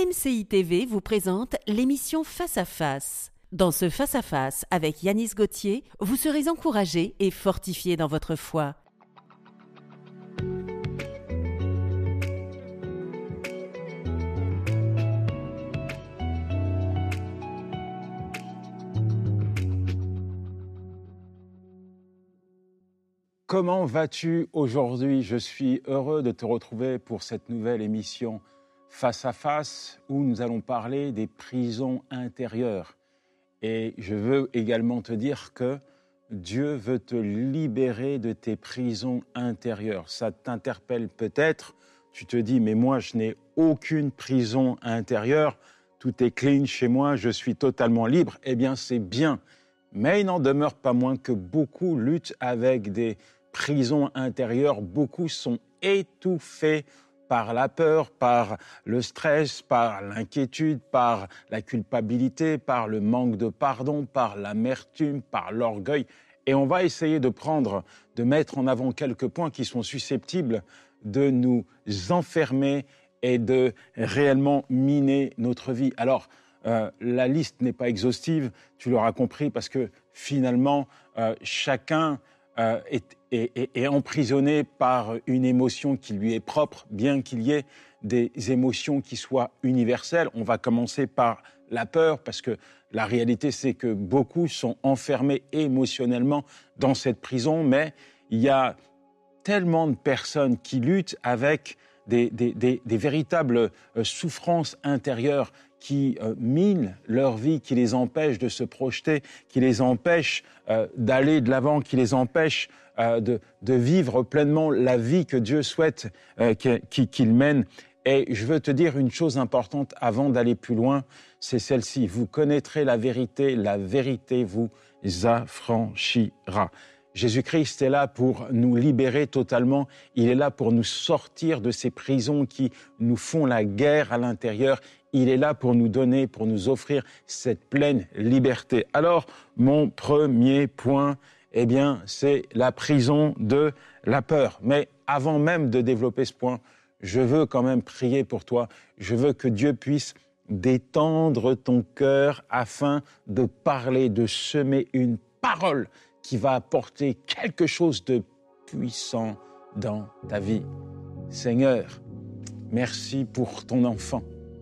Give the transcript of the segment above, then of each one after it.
MCI TV vous présente l'émission Face à Face. Dans ce Face à Face avec Yanis Gauthier, vous serez encouragé et fortifié dans votre foi. Comment vas-tu aujourd'hui? Je suis heureux de te retrouver pour cette nouvelle émission Face à Face où nous allons parler des prisons intérieures. Et je veux également te dire que Dieu veut te libérer de tes prisons intérieures. Ça t'interpelle peut-être, tu te dis mais moi je n'ai aucune prison intérieure, tout est clean chez moi, je suis totalement libre. Eh bien c'est bien, mais il n'en demeure pas moins que beaucoup luttent avec des prisons intérieures, beaucoup sont étouffés par la peur, par le stress, par l'inquiétude, par la culpabilité, par le manque de pardon, par l'amertume, par l'orgueil. Et on va essayer de mettre en avant quelques points qui sont susceptibles de nous enfermer et de réellement miner notre vie. Alors, la liste n'est pas exhaustive, tu l'auras compris, parce que finalement, chacun est emprisonné par une émotion qui lui est propre, bien qu'il y ait des émotions qui soient universelles. On va commencer par la peur, parce que la réalité, c'est que beaucoup sont enfermés émotionnellement dans cette prison, mais il y a tellement de personnes qui luttent avec des véritables souffrances intérieures qui minent leur vie, qui les empêchent de se projeter, qui les empêchent d'aller de l'avant, qui les empêchent de vivre pleinement la vie que Dieu souhaite qu'ils mènent. Et je veux te dire une chose importante avant d'aller plus loin, c'est celle-ci. Vous connaîtrez la vérité vous affranchira. Jésus-Christ est là pour nous libérer totalement. Il est là pour nous sortir de ces prisons qui nous font la guerre à l'intérieur. Il est là pour nous donner, pour nous offrir cette pleine liberté. Alors, mon premier point, eh bien, c'est la prison de la peur. Mais avant même de développer ce point, je veux quand même prier pour toi. Je veux que Dieu puisse détendre ton cœur afin de parler, de semer une parole qui va apporter quelque chose de puissant dans ta vie. Seigneur, merci pour ton enfant.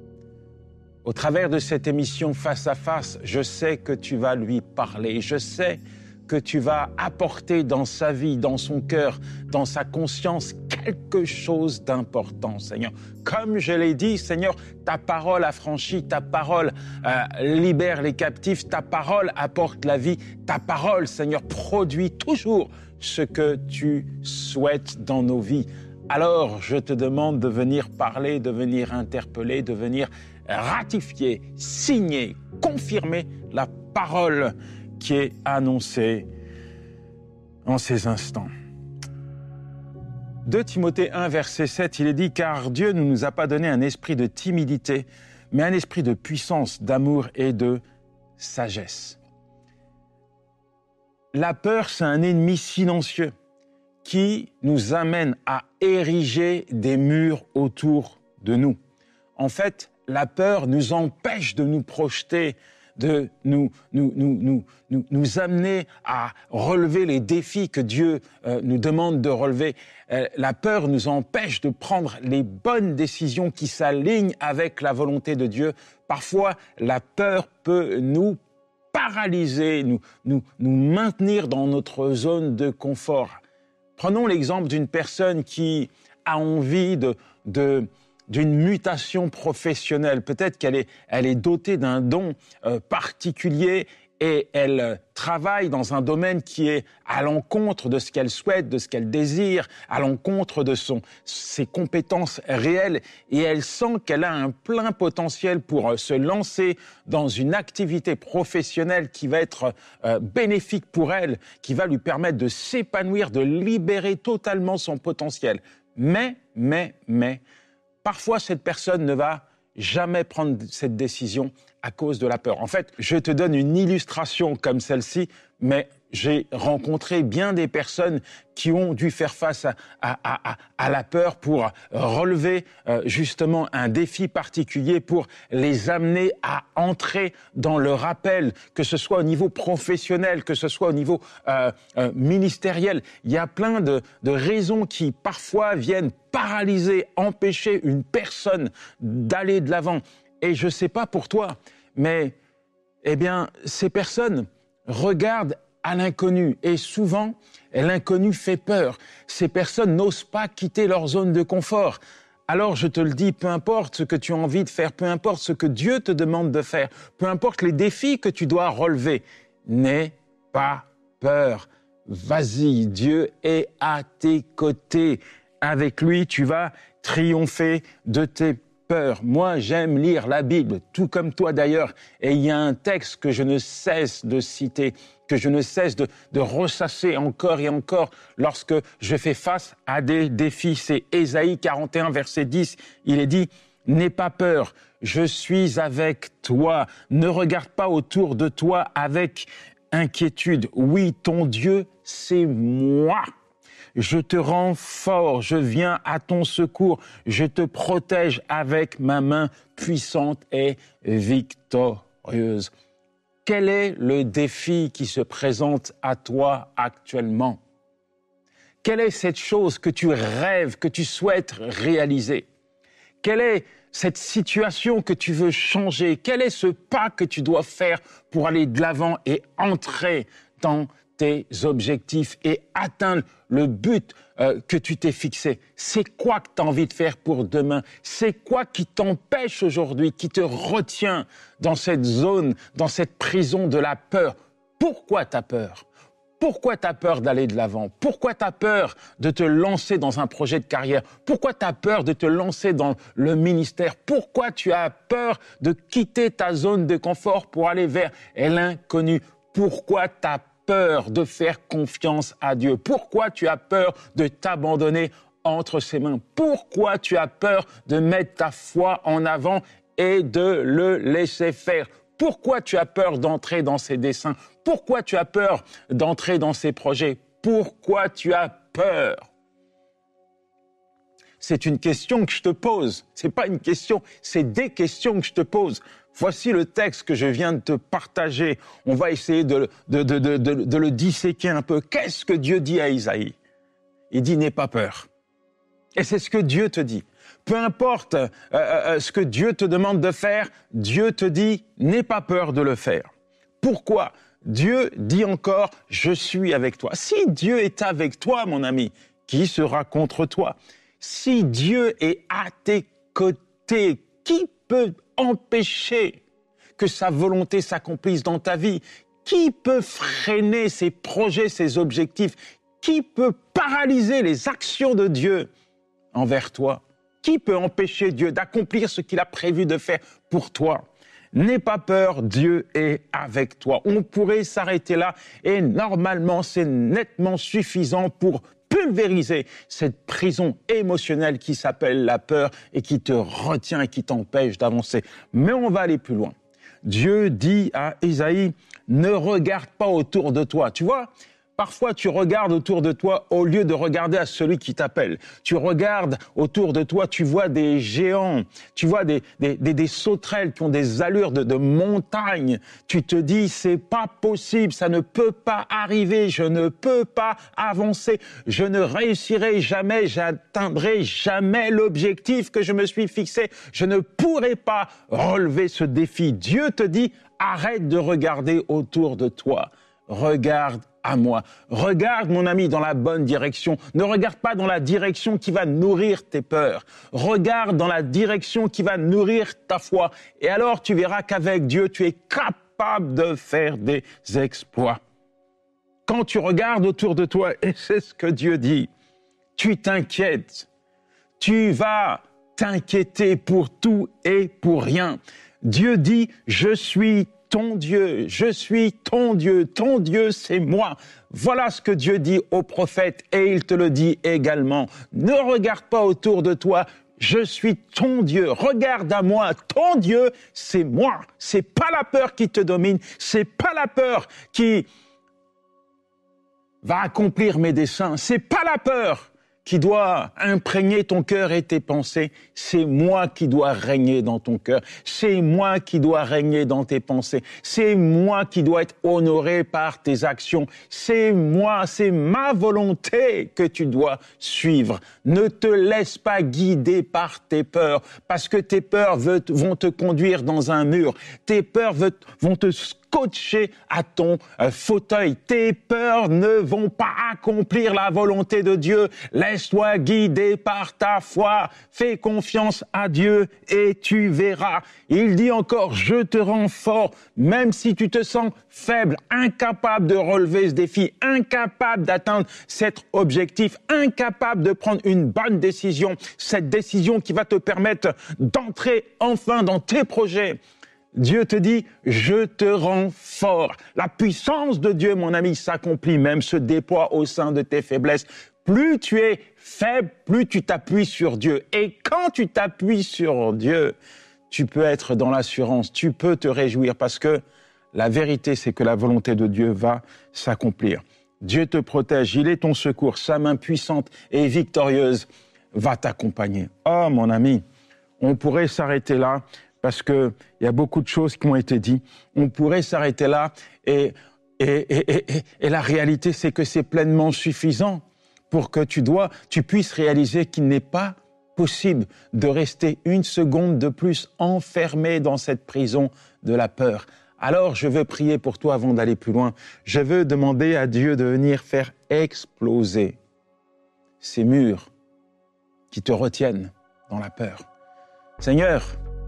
Au travers de cette émission Face à Face, je sais que tu vas lui parler. Je sais que tu vas apporter dans sa vie, dans son cœur, dans sa conscience, quelque chose d'important, Seigneur. Comme je l'ai dit, Seigneur, ta parole affranchit, ta parole libère les captifs, ta parole apporte la vie, ta parole, Seigneur, produit toujours ce que tu souhaites dans nos vies. Alors, je te demande de venir parler, de venir interpeller, de venir ratifier, signer, confirmer la parole qui est annoncée en ces instants. 2 Timothée 1, verset 7, il est dit « Car Dieu ne nous a pas donné un esprit de timidité, mais un esprit de puissance, d'amour et de sagesse. » La peur, c'est un ennemi silencieux qui nous amène à ériger des murs autour de nous. En fait, la peur nous empêche de nous projeter, de nous amener à relever les défis que Dieu nous demande de relever. La peur nous empêche de prendre les bonnes décisions qui s'alignent avec la volonté de Dieu. Parfois, la peur peut nous paralyser, nous maintenir dans notre zone de confort. Prenons l'exemple d'une personne qui a envie d'une mutation professionnelle. Peut-être qu'elle est dotée d'un don particulier et elle travaille dans un domaine qui est à l'encontre de ce qu'elle souhaite, de ce qu'elle désire, à l'encontre de ses compétences réelles. Et elle sent qu'elle a un plein potentiel pour se lancer dans une activité professionnelle qui va être bénéfique pour elle, qui va lui permettre de s'épanouir, de libérer totalement son potentiel. Mais, parfois, cette personne ne va jamais prendre cette décision à cause de la peur. En fait, je te donne une illustration comme celle-ci, mais j'ai rencontré bien des personnes qui ont dû faire face à la peur pour relever justement un défi particulier, pour les amener à entrer dans le rappel, que ce soit au niveau professionnel, que ce soit au niveau ministériel. Il y a plein de raisons qui parfois viennent paralyser, empêcher une personne d'aller de l'avant. Et je ne sais pas pour toi, mais eh bien, ces personnes regardent à l'inconnu. Et souvent, l'inconnu fait peur. Ces personnes n'osent pas quitter leur zone de confort. Alors, je te le dis, peu importe ce que tu as envie de faire, peu importe ce que Dieu te demande de faire, peu importe les défis que tu dois relever, n'aie pas peur. Vas-y, Dieu est à tes côtés. Avec lui, tu vas triompher de tes peurs. Moi, j'aime lire la Bible, tout comme toi d'ailleurs. Et il y a un texte que je ne cesse de citer, que je ne cesse de ressasser encore et encore lorsque je fais face à des défis. C'est Ésaïe 41, verset 10. Il est dit « N'aie pas peur, je suis avec toi. Ne regarde pas autour de toi avec inquiétude. Oui, ton Dieu, c'est moi. Je te rends fort, je viens à ton secours, je te protège avec ma main puissante et victorieuse. » Quel est le défi qui se présente à toi actuellement? Quelle est cette chose que tu rêves, que tu souhaites réaliser? Quelle est cette situation que tu veux changer? Quel est ce pas que tu dois faire pour aller de l'avant et entrer dans tes objectifs et atteindre le but que tu t'es fixé? C'est quoi que tu as envie de faire pour demain? C'est quoi qui t'empêche aujourd'hui, qui te retient dans cette zone, dans cette prison de la peur? Pourquoi tu as peur? Pourquoi tu as peur d'aller de l'avant? Pourquoi tu as peur de te lancer dans un projet de carrière? Pourquoi tu as peur de te lancer dans le ministère? Pourquoi tu as peur de quitter ta zone de confort pour aller vers l'inconnu? Pourquoi tu as peur de faire confiance à Dieu? Pourquoi tu as peur de t'abandonner entre ses mains? Pourquoi tu as peur de mettre ta foi en avant et de le laisser faire? Pourquoi tu as peur d'entrer dans ses desseins? Pourquoi tu as peur d'entrer dans ses projets? Pourquoi tu as peur? C'est une question que je te pose. C'est pas une question, c'est des questions que je te pose. Voici le texte que je viens de te partager. On va essayer de le disséquer un peu. Qu'est-ce que Dieu dit à Isaïe? Il dit « N'aie pas peur ». Et c'est ce que Dieu te dit. Peu importe ce que Dieu te demande de faire, Dieu te dit « N'aie pas peur de le faire ». Pourquoi? Dieu dit encore « Je suis avec toi ». Si Dieu est avec toi, mon ami, qui sera contre toi? Si Dieu est à tes côtés, qui peut empêcher que sa volonté s'accomplisse dans ta vie? Qui peut freiner ses projets, ses objectifs? Qui peut paralyser les actions de Dieu envers toi? Qui peut empêcher Dieu d'accomplir ce qu'il a prévu de faire pour toi? N'aie pas peur, Dieu est avec toi. On pourrait s'arrêter là et normalement c'est nettement suffisant pour pulvériser cette prison émotionnelle qui s'appelle la peur et qui te retient et qui t'empêche d'avancer. Mais on va aller plus loin. Dieu dit à Isaïe, ne regarde pas autour de toi. Tu vois, parfois tu regardes autour de toi au lieu de regarder à celui qui t'appelle. Tu regardes autour de toi, tu vois des géants, tu vois des sauterelles qui ont des allures de montagne. Tu te dis, c'est pas possible, ça ne peut pas arriver, je ne peux pas avancer, je ne réussirai jamais, j'atteindrai jamais l'objectif que je me suis fixé, je ne pourrai pas relever ce défi. Dieu te dit, arrête de regarder autour de toi, regarde à moi. Regarde, mon ami, dans la bonne direction. Ne regarde pas dans la direction qui va nourrir tes peurs. Regarde dans la direction qui va nourrir ta foi. Et alors, tu verras qu'avec Dieu, tu es capable de faire des exploits. Quand tu regardes autour de toi, et c'est ce que Dieu dit, tu t'inquiètes. Tu vas t'inquiéter pour tout et pour rien. Dieu dit, je suis ton Dieu, je suis ton Dieu c'est moi. Voilà ce que Dieu dit au prophète et il te le dit également. Ne regarde pas autour de toi, je suis ton Dieu, regarde à moi, ton Dieu c'est moi. C'est pas la peur qui te domine, c'est pas la peur qui va accomplir mes desseins. C'est pas la peur qui doit imprégner ton cœur et tes pensées. C'est moi qui dois régner dans ton cœur. C'est moi qui dois régner dans tes pensées. C'est moi qui dois être honoré par tes actions. C'est moi, c'est ma volonté que tu dois suivre. Ne te laisse pas guider par tes peurs, parce que tes peurs vont te conduire dans un mur. Tes peurs vont te scotcher à ton fauteuil. Tes peurs ne vont pas accomplir la volonté de Dieu. Laisse-toi guider par ta foi. Fais confiance à Dieu et tu verras. Il dit encore, je te rends fort, même si tu te sens faible, incapable de relever ce défi, incapable d'atteindre cet objectif, incapable de prendre une bonne décision, cette décision qui va te permettre d'entrer enfin dans tes projets. Dieu te dit, je te rends fort. La puissance de Dieu, mon ami, s'accomplit, même se déploie au sein de tes faiblesses. Plus tu es faible, plus tu t'appuies sur Dieu. Et quand tu t'appuies sur Dieu, tu peux être dans l'assurance, tu peux te réjouir, parce que la vérité, c'est que la volonté de Dieu va s'accomplir. Dieu te protège, il est ton secours, sa main puissante et victorieuse va t'accompagner. Oh, mon ami, on pourrait s'arrêter là, parce qu'il y a beaucoup de choses qui ont été dites. On pourrait s'arrêter là et la réalité, c'est que c'est pleinement suffisant pour que tu puisses réaliser qu'il n'est pas possible de rester une seconde de plus enfermé dans cette prison de la peur. Alors, je veux prier pour toi avant d'aller plus loin. Je veux demander à Dieu de venir faire exploser ces murs qui te retiennent dans la peur. Seigneur,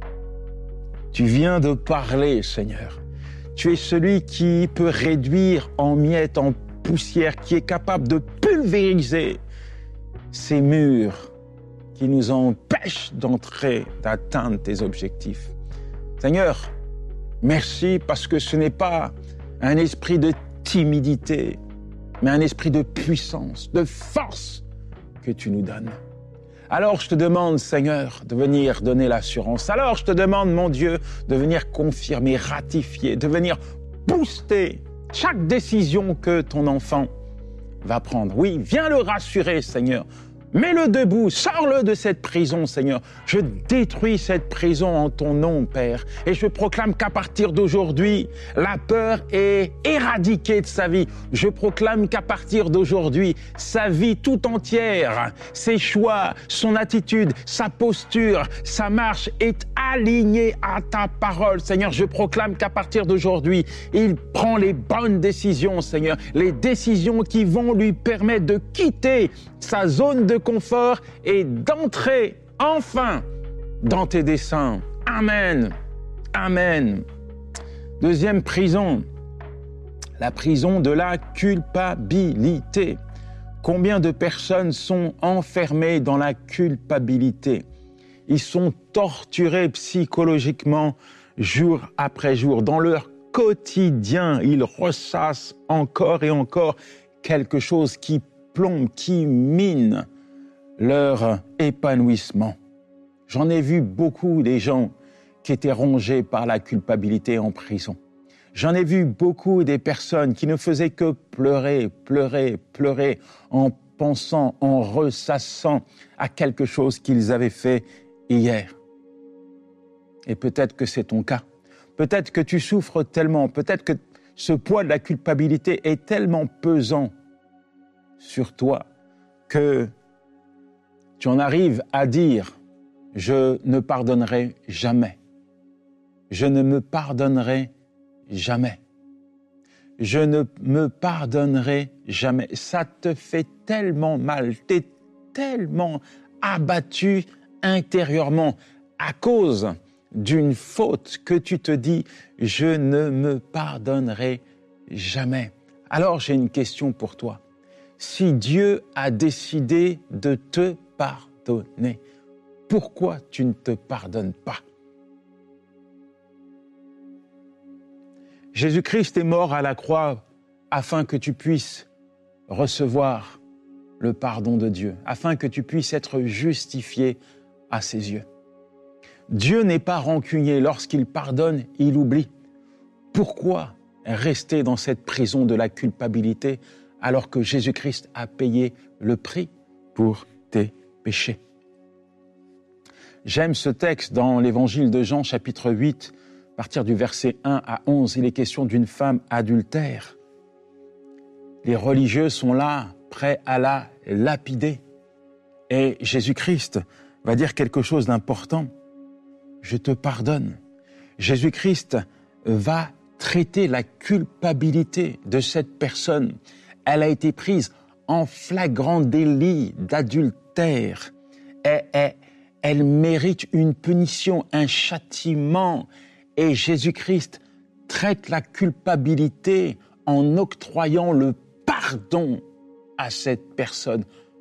tu viens de parler, Seigneur. Tu es celui qui peut réduire en miettes, en poussière, qui est capable de pulvériser ces murs qui nous empêchent d'entrer, d'atteindre tes objectifs. Seigneur, merci parce que ce n'est pas un esprit de timidité, mais un esprit de puissance, de force que tu nous donnes. Alors je te demande, Seigneur, de venir donner l'assurance. Alors je te demande, mon Dieu, de venir confirmer, ratifier, de venir booster chaque décision que ton enfant va prendre. Oui, viens le rassurer, Seigneur. Mets-le debout, sors-le de cette prison, Seigneur. Je détruis cette prison en ton nom, Père. Et je proclame qu'à partir d'aujourd'hui, la peur est éradiquée de sa vie. Je proclame qu'à partir d'aujourd'hui, sa vie tout entière, ses choix, son attitude, sa posture, sa marche est alignée à ta parole, Seigneur. Je proclame qu'à partir d'aujourd'hui, il prend les bonnes décisions, Seigneur. Les décisions qui vont lui permettre de quitter sa zone de confort et d'entrer enfin dans tes desseins. Amen. Amen. Deuxième prison, la prison de la culpabilité. Combien de personnes sont enfermées dans la culpabilité? Ils sont torturés psychologiquement jour après jour. Dans leur quotidien, ils ressassent encore et encore quelque chose qui plombe, qui mine leur épanouissement. J'en ai vu beaucoup des gens qui étaient rongés par la culpabilité en prison. J'en ai vu beaucoup des personnes qui ne faisaient que pleurer, pleurer, pleurer en pensant, en ressassant à quelque chose qu'ils avaient fait hier. Et peut-être que c'est ton cas. Peut-être que tu souffres tellement, peut-être que ce poids de la culpabilité est tellement pesant sur toi que tu en arrives à dire « je ne pardonnerai jamais ». Je ne me pardonnerai jamais. Je ne me pardonnerai jamais. Ça te fait tellement mal, tu es tellement abattu intérieurement à cause d'une faute que tu te dis « je ne me pardonnerai jamais ». Alors j'ai une question pour toi. Si Dieu a décidé de te pardonner, pourquoi tu ne te pardonnes pas? Jésus-Christ est mort à la croix afin que tu puisses recevoir le pardon de Dieu, afin que tu puisses être justifié à ses yeux. Dieu n'est pas rancunier. Lorsqu'il pardonne, il oublie. Pourquoi rester dans cette prison de la culpabilité alors que Jésus-Christ a payé le prix pour tes péchés. J'aime ce texte dans l'évangile de Jean, chapitre 8, à partir du verset 1 à 11. Il est question d'une femme adultère. Les religieux sont là, prêts à la lapider. Et Jésus-Christ va dire quelque chose d'important. Je te pardonne. Jésus-Christ va traiter la culpabilité de cette personne. Elle a été prise en flagrant délit d'adultère. Elle mérite une punition, un châtiment. Et Jésus-Christ traite la culpabilité en octroyant le pardon à cette personne.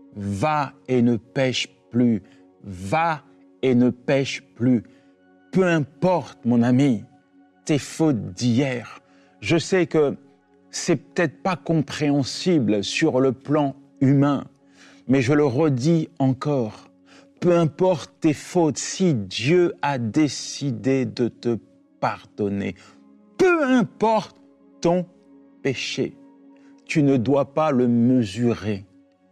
Va et ne pêche plus. Va et ne pêche plus. Peu importe, mon ami, tes fautes d'hier. Je sais que c'est peut-être pas compréhensible sur le plan humain, mais je le redis encore. Peu importe tes fautes, si Dieu a décidé de te pardonner, peu importe ton péché, tu ne dois pas le mesurer.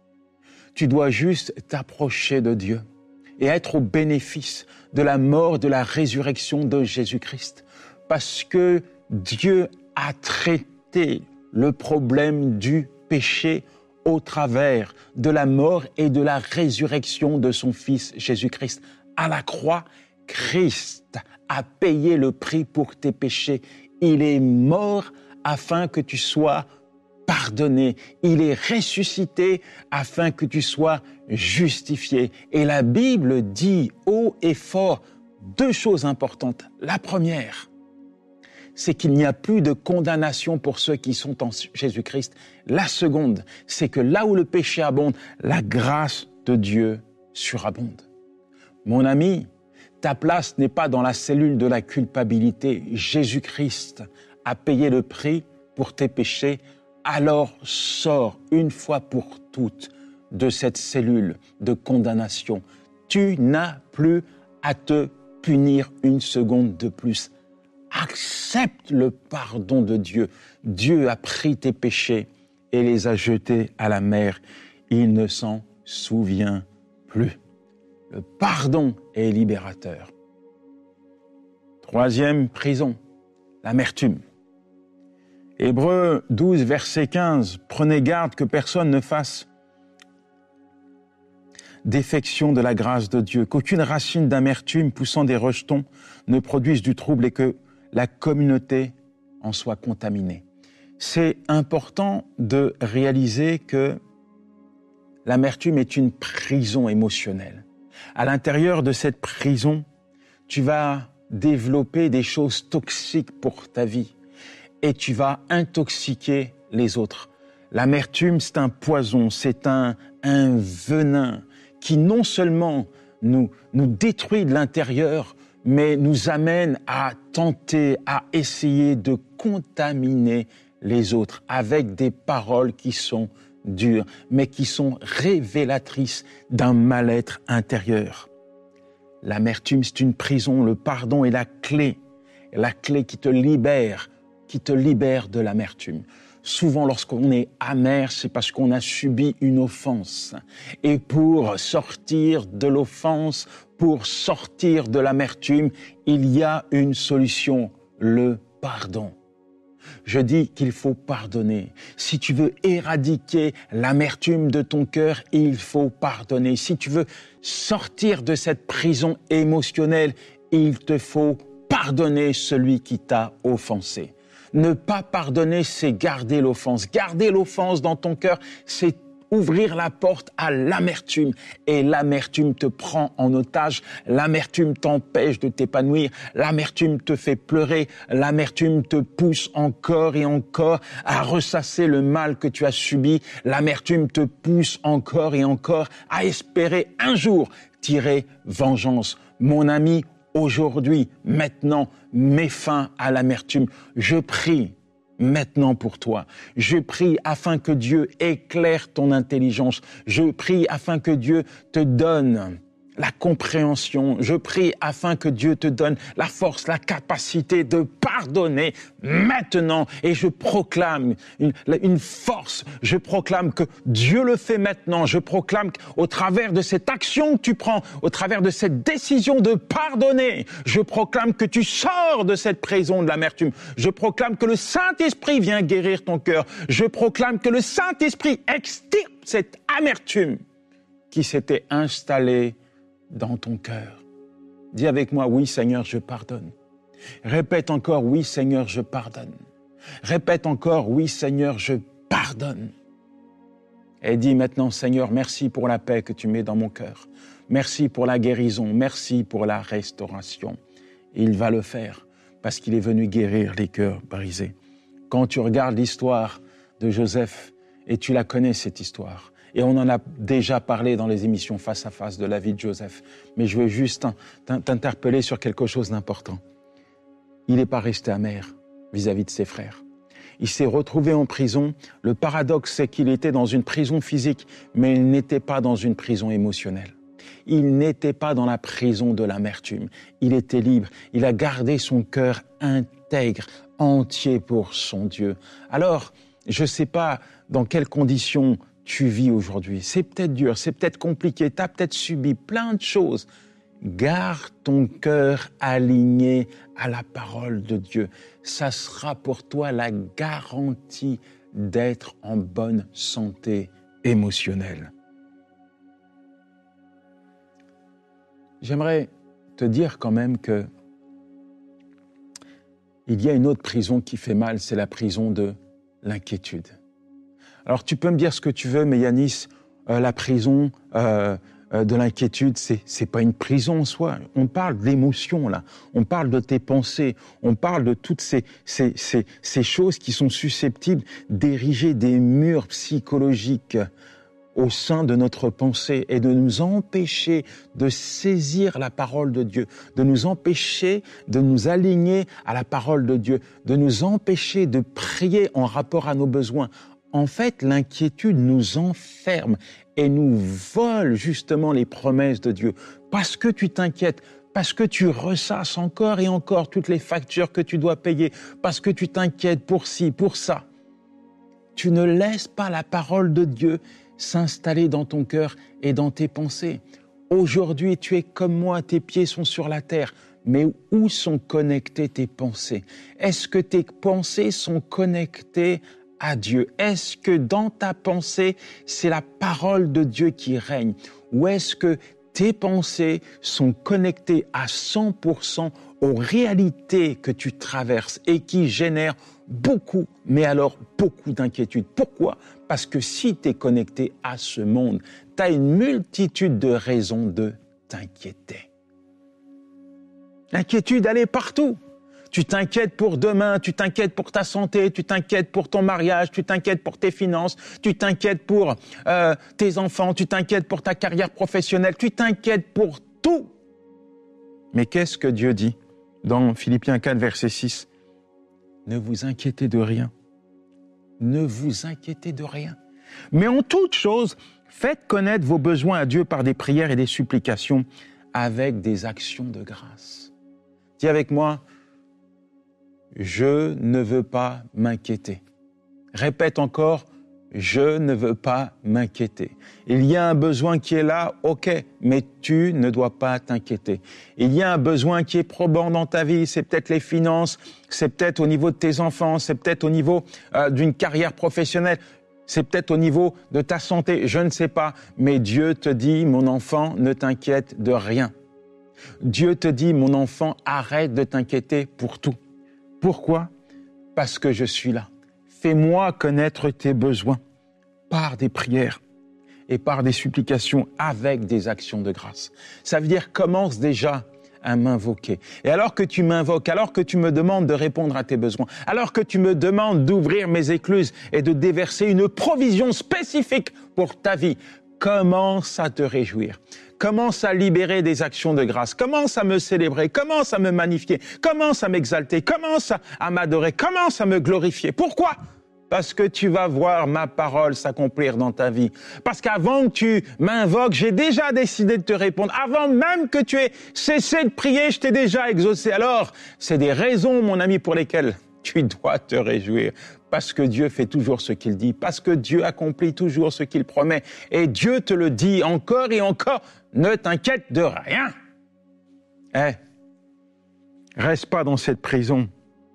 Tu dois juste t'approcher de Dieu et être au bénéfice de la mort, de la résurrection de Jésus-Christ. Parce que Dieu a traité le problème du péché au travers de la mort et de la résurrection de son Fils Jésus-Christ. À la croix, Christ a payé le prix pour tes péchés. Il est mort afin que tu sois pardonné. Il est ressuscité afin que tu sois justifié. Et la Bible dit haut et fort deux choses importantes. La première, c'est qu'il n'y a plus de condamnation pour ceux qui sont en Jésus-Christ. La seconde, c'est que là où le péché abonde, la grâce de Dieu surabonde. Mon ami, ta place n'est pas dans la cellule de la culpabilité. Jésus-Christ a payé le prix pour tes péchés. Alors sors une fois pour toutes de cette cellule de condamnation. Tu n'as plus à te punir une seconde de plus. Accepte le pardon de Dieu. Dieu a pris tes péchés et les a jetés à la mer. Il ne s'en souvient plus. Le pardon est libérateur. Troisième prison, l'amertume. Hébreux 12, verset 15. Prenez garde que personne ne fasse défection de la grâce de Dieu, qu'aucune racine d'amertume poussant des rejetons ne produise du trouble et que la communauté en soit contaminée. C'est important de réaliser que l'amertume est une prison émotionnelle. À l'intérieur de cette prison, tu vas développer des choses toxiques pour ta vie et tu vas intoxiquer les autres. L'amertume, c'est un poison, c'est un venin qui non seulement nous détruit de l'intérieur, mais nous amène à tenter, à essayer de contaminer les autres avec des paroles qui sont dures, mais qui sont révélatrices d'un mal-être intérieur. L'amertume, c'est une prison, le pardon est la clé qui te libère de l'amertume. Souvent, lorsqu'on est amer, c'est parce qu'on a subi une offense. Et pour sortir de l'offense, pour sortir de l'amertume, il y a une solution, le pardon. Je dis qu'il faut pardonner. Si tu veux éradiquer l'amertume de ton cœur, il faut pardonner. Si tu veux sortir de cette prison émotionnelle, il te faut pardonner celui qui t'a offensé. Ne pas pardonner, c'est garder l'offense. Garder l'offense dans ton cœur, c'est ouvrir la porte à l'amertume. Et l'amertume te prend en otage. L'amertume t'empêche de t'épanouir. L'amertume te fait pleurer. L'amertume te pousse encore et encore à ressasser le mal que tu as subi. L'amertume te pousse encore et encore à espérer un jour tirer vengeance. Mon ami, aujourd'hui, maintenant, mets fin à l'amertume. Je prie maintenant pour toi. Je prie afin que Dieu éclaire ton intelligence. Je prie afin que Dieu te donne la compréhension. Je prie afin que Dieu te donne la force, la capacité de pardonner maintenant. Et je proclame une force. Je proclame que Dieu le fait maintenant. Je proclame qu'au travers de cette action que tu prends, au travers de cette décision de pardonner, je proclame que tu sors de cette prison de l'amertume. Je proclame que le Saint-Esprit vient guérir ton cœur. Je proclame que le Saint-Esprit extirpe cette amertume qui s'était installée dans ton cœur. Dis avec moi, oui Seigneur, je pardonne. Répète encore, oui Seigneur, je pardonne. Répète encore, oui Seigneur, je pardonne. Et dis maintenant, Seigneur, merci pour la paix que tu mets dans mon cœur. Merci pour la guérison, merci pour la restauration. Et il va le faire parce qu'il est venu guérir les cœurs brisés. Quand tu regardes l'histoire de Joseph, et tu la connais cette histoire, et on en a déjà parlé dans les émissions Face à Face de la vie de Joseph. Mais je veux juste t'interpeller sur quelque chose d'important. Il n'est pas resté amer vis-à-vis de ses frères. Il s'est retrouvé en prison. Le paradoxe, c'est qu'il était dans une prison physique, mais il n'était pas dans une prison émotionnelle. Il n'était pas dans la prison de l'amertume. Il était libre. Il a gardé son cœur intègre, entier pour son Dieu. Alors, je ne sais pas dans quelles conditions tu vis aujourd'hui. C'est peut-être dur, c'est peut-être compliqué, tu as peut-être subi plein de choses. Garde ton cœur aligné à la parole de Dieu. Ça sera pour toi la garantie d'être en bonne santé émotionnelle. J'aimerais te dire quand même que il y a une autre prison qui fait mal, c'est la prison de l'inquiétude. Alors tu peux me dire ce que tu veux, mais Yanis, la prison de l'inquiétude, c'est pas une prison en soi. On parle d'émotions là, on parle de tes pensées, on parle de toutes ces choses qui sont susceptibles d'ériger des murs psychologiques au sein de notre pensée et de nous empêcher de saisir la parole de Dieu, de nous empêcher de nous aligner à la parole de Dieu, de nous empêcher de prier en rapport à nos besoins. En fait, l'inquiétude nous enferme et nous vole justement les promesses de Dieu. Parce que tu t'inquiètes, parce que tu ressasses encore et encore toutes les factures que tu dois payer, parce que tu t'inquiètes pour ci, pour ça. Tu ne laisses pas la parole de Dieu s'installer dans ton cœur et dans tes pensées. Aujourd'hui, tu es comme moi, tes pieds sont sur la terre. Mais où sont connectées tes pensées? Est-ce que tes pensées sont connectées à Dieu? Est-ce que dans ta pensée, c'est la parole de Dieu qui règne? Ou est-ce que tes pensées sont connectées à 100% aux réalités que tu traverses et qui génèrent beaucoup, mais alors beaucoup d'inquiétude? Pourquoi? Parce que si tu es connecté à ce monde, tu as une multitude de raisons de t'inquiéter. L'inquiétude, elle est partout. Tu t'inquiètes pour demain, tu t'inquiètes pour ta santé, tu t'inquiètes pour ton mariage, tu t'inquiètes pour tes finances, tu t'inquiètes pour tes enfants, tu t'inquiètes pour ta carrière professionnelle, tu t'inquiètes pour tout. Mais qu'est-ce que Dieu dit dans Philippiens 4, verset 6 ? Ne vous inquiétez de rien. Ne vous inquiétez de rien. Mais en toute chose, faites connaître vos besoins à Dieu par des prières et des supplications avec des actions de grâce. Dis avec moi, je ne veux pas m'inquiéter. Répète encore, je ne veux pas m'inquiéter. Il y a un besoin qui est là, ok, mais tu ne dois pas t'inquiéter. Il y a un besoin qui est probant dans ta vie, c'est peut-être les finances, c'est peut-être au niveau de tes enfants, c'est peut-être au niveau d'une carrière professionnelle, c'est peut-être au niveau de ta santé, je ne sais pas, mais Dieu te dit, mon enfant, ne t'inquiète de rien. Dieu te dit, mon enfant, arrête de t'inquiéter pour tout. Pourquoi? Parce que je suis là. Fais-moi connaître tes besoins par des prières et par des supplications avec des actions de grâce. Ça veut dire commence déjà à m'invoquer. Et alors que tu m'invoques, alors que tu me demandes de répondre à tes besoins, alors que tu me demandes d'ouvrir mes écluses et de déverser une provision spécifique pour ta vie, commence à te réjouir. Commence à libérer des actions de grâce. Commence à me célébrer. Commence à me magnifier. Commence à m'exalter. Commence à m'adorer. Commence à me glorifier. Pourquoi? parce que tu vas voir ma parole s'accomplir dans ta vie. Parce qu'avant que tu m'invoques, j'ai déjà décidé de te répondre. Avant même que tu aies cessé de prier, je t'ai déjà exaucé. Alors, c'est des raisons, mon ami, pour lesquelles tu dois te réjouir. Parce que Dieu fait toujours ce qu'il dit. Parce que Dieu accomplit toujours ce qu'il promet. Et Dieu te le dit encore et encore. Ne t'inquiète de rien. Reste pas dans cette prison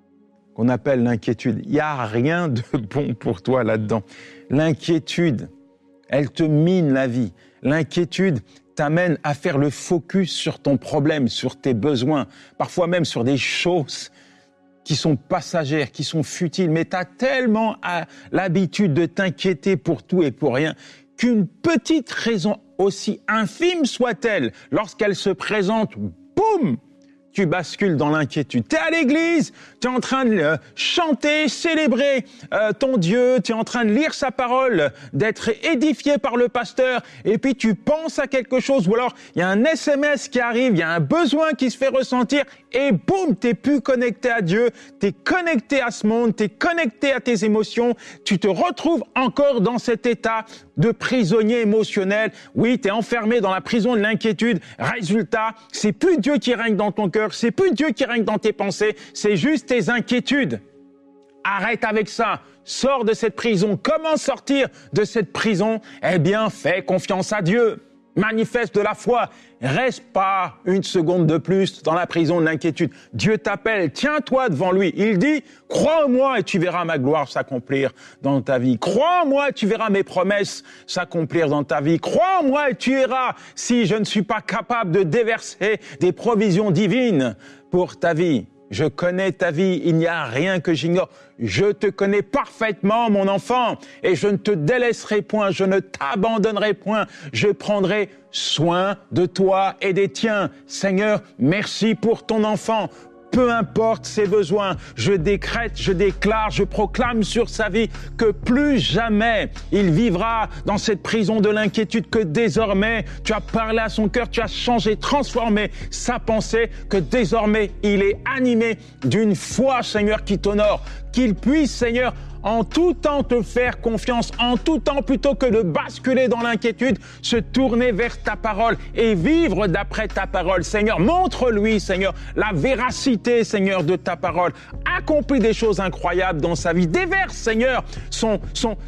qu'on appelle l'inquiétude. Il n'y a rien de bon pour toi là-dedans. L'inquiétude, elle te mine la vie. L'inquiétude t'amène à faire le focus sur ton problème, sur tes besoins, parfois même sur des choses qui sont passagères, qui sont futiles, mais tu as tellement l'habitude de t'inquiéter pour tout et pour rien qu'une petite raison, aussi infime soit-elle, lorsqu'elle se présente, boum, tu bascules dans l'inquiétude. Tu es à l'église, tu es en train de chanter, célébrer ton Dieu, tu es en train de lire sa parole, d'être édifié par le pasteur, et puis tu penses à quelque chose, ou alors il y a un SMS qui arrive, il y a un besoin qui se fait ressentir, et boum, tu n'es plus connecté à Dieu, tu es connecté à ce monde, tu es connecté à tes émotions, tu te retrouves encore dans cet état de prisonnier émotionnel. Oui, tu es enfermé dans la prison de l'inquiétude. Résultat, c'est plus Dieu qui règne dans ton cœur, c'est plus Dieu qui règne dans tes pensées, c'est juste tes inquiétudes. Arrête avec ça. Sors de cette prison. Comment sortir de cette prison? Eh bien, fais confiance à Dieu. Manifeste de la foi. Reste pas une seconde de plus dans la prison de l'inquiétude. Dieu t'appelle, tiens-toi devant lui. Il dit, crois en moi et tu verras ma gloire s'accomplir dans ta vie. Crois en moi et tu verras mes promesses s'accomplir dans ta vie. Crois en moi et tu verras si je ne suis pas capable de déverser des provisions divines pour ta vie. Je connais ta vie, il n'y a rien que j'ignore. Je te connais parfaitement, mon enfant, et je ne te délaisserai point, je ne t'abandonnerai point. Je prendrai soin de toi et des tiens. Seigneur, merci pour ton enfant. Peu importe ses besoins, je décrète, je déclare, je proclame sur sa vie que plus jamais il vivra dans cette prison de l'inquiétude, que désormais tu as parlé à son cœur, tu as changé, transformé sa pensée, que désormais il est animé d'une foi, Seigneur, qui t'honore, qu'il puisse, Seigneur, en tout temps te faire confiance, en tout temps plutôt que de basculer dans l'inquiétude, se tourner vers ta parole et vivre d'après ta parole. Seigneur, montre-lui, Seigneur, la véracité, Seigneur, de ta parole. Accomplis des choses incroyables dans sa vie. Déverse, Seigneur, son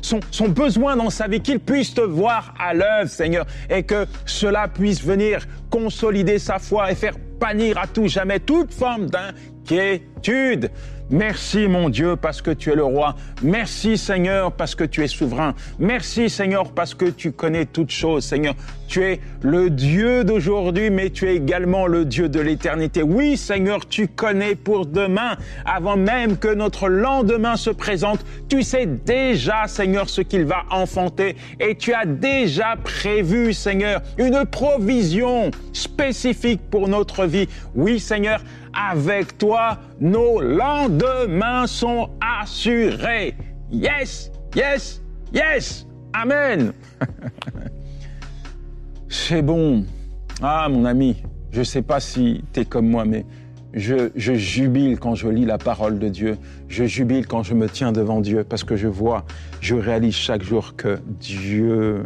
besoin dans sa vie, qu'il puisse te voir à l'œuvre, Seigneur, et que cela puisse venir consolider sa foi et faire bannir à tout jamais toute forme d'inquiétude. Merci mon Dieu parce que tu es le roi. Merci Seigneur parce que tu es souverain. Merci Seigneur parce que tu connais toutes choses. Seigneur, tu es le Dieu d'aujourd'hui, mais tu es également le Dieu de l'éternité. Oui Seigneur, tu connais pour demain, avant même que notre lendemain se présente. Tu sais déjà Seigneur ce qu'il va enfanter et tu as déjà prévu Seigneur une provision spécifique pour notre vie. Oui Seigneur, avec toi, nos lendemains sont assurés. Yes, yes, yes. Amen. C'est bon. Ah, mon ami, je ne sais pas si tu es comme moi, mais je jubile quand je lis la parole de Dieu. Je jubile quand je me tiens devant Dieu parce que je réalise chaque jour que Dieu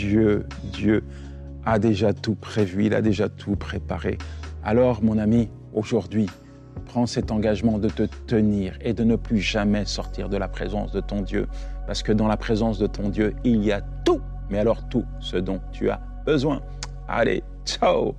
a déjà tout prévu, il a déjà tout préparé. Alors, mon ami, aujourd'hui, prends cet engagement de te tenir et de ne plus jamais sortir de la présence de ton Dieu. Parce que dans la présence de ton Dieu, il y a tout, mais alors tout ce dont tu as besoin. Allez, ciao!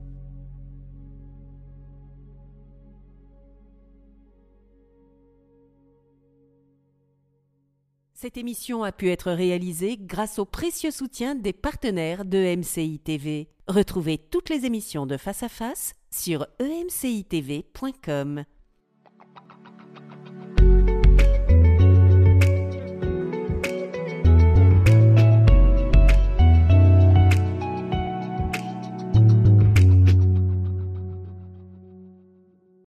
Cette émission a pu être réalisée grâce au précieux soutien des partenaires de MCI TV. Retrouvez toutes les émissions de Face à Face sur emcitv.com.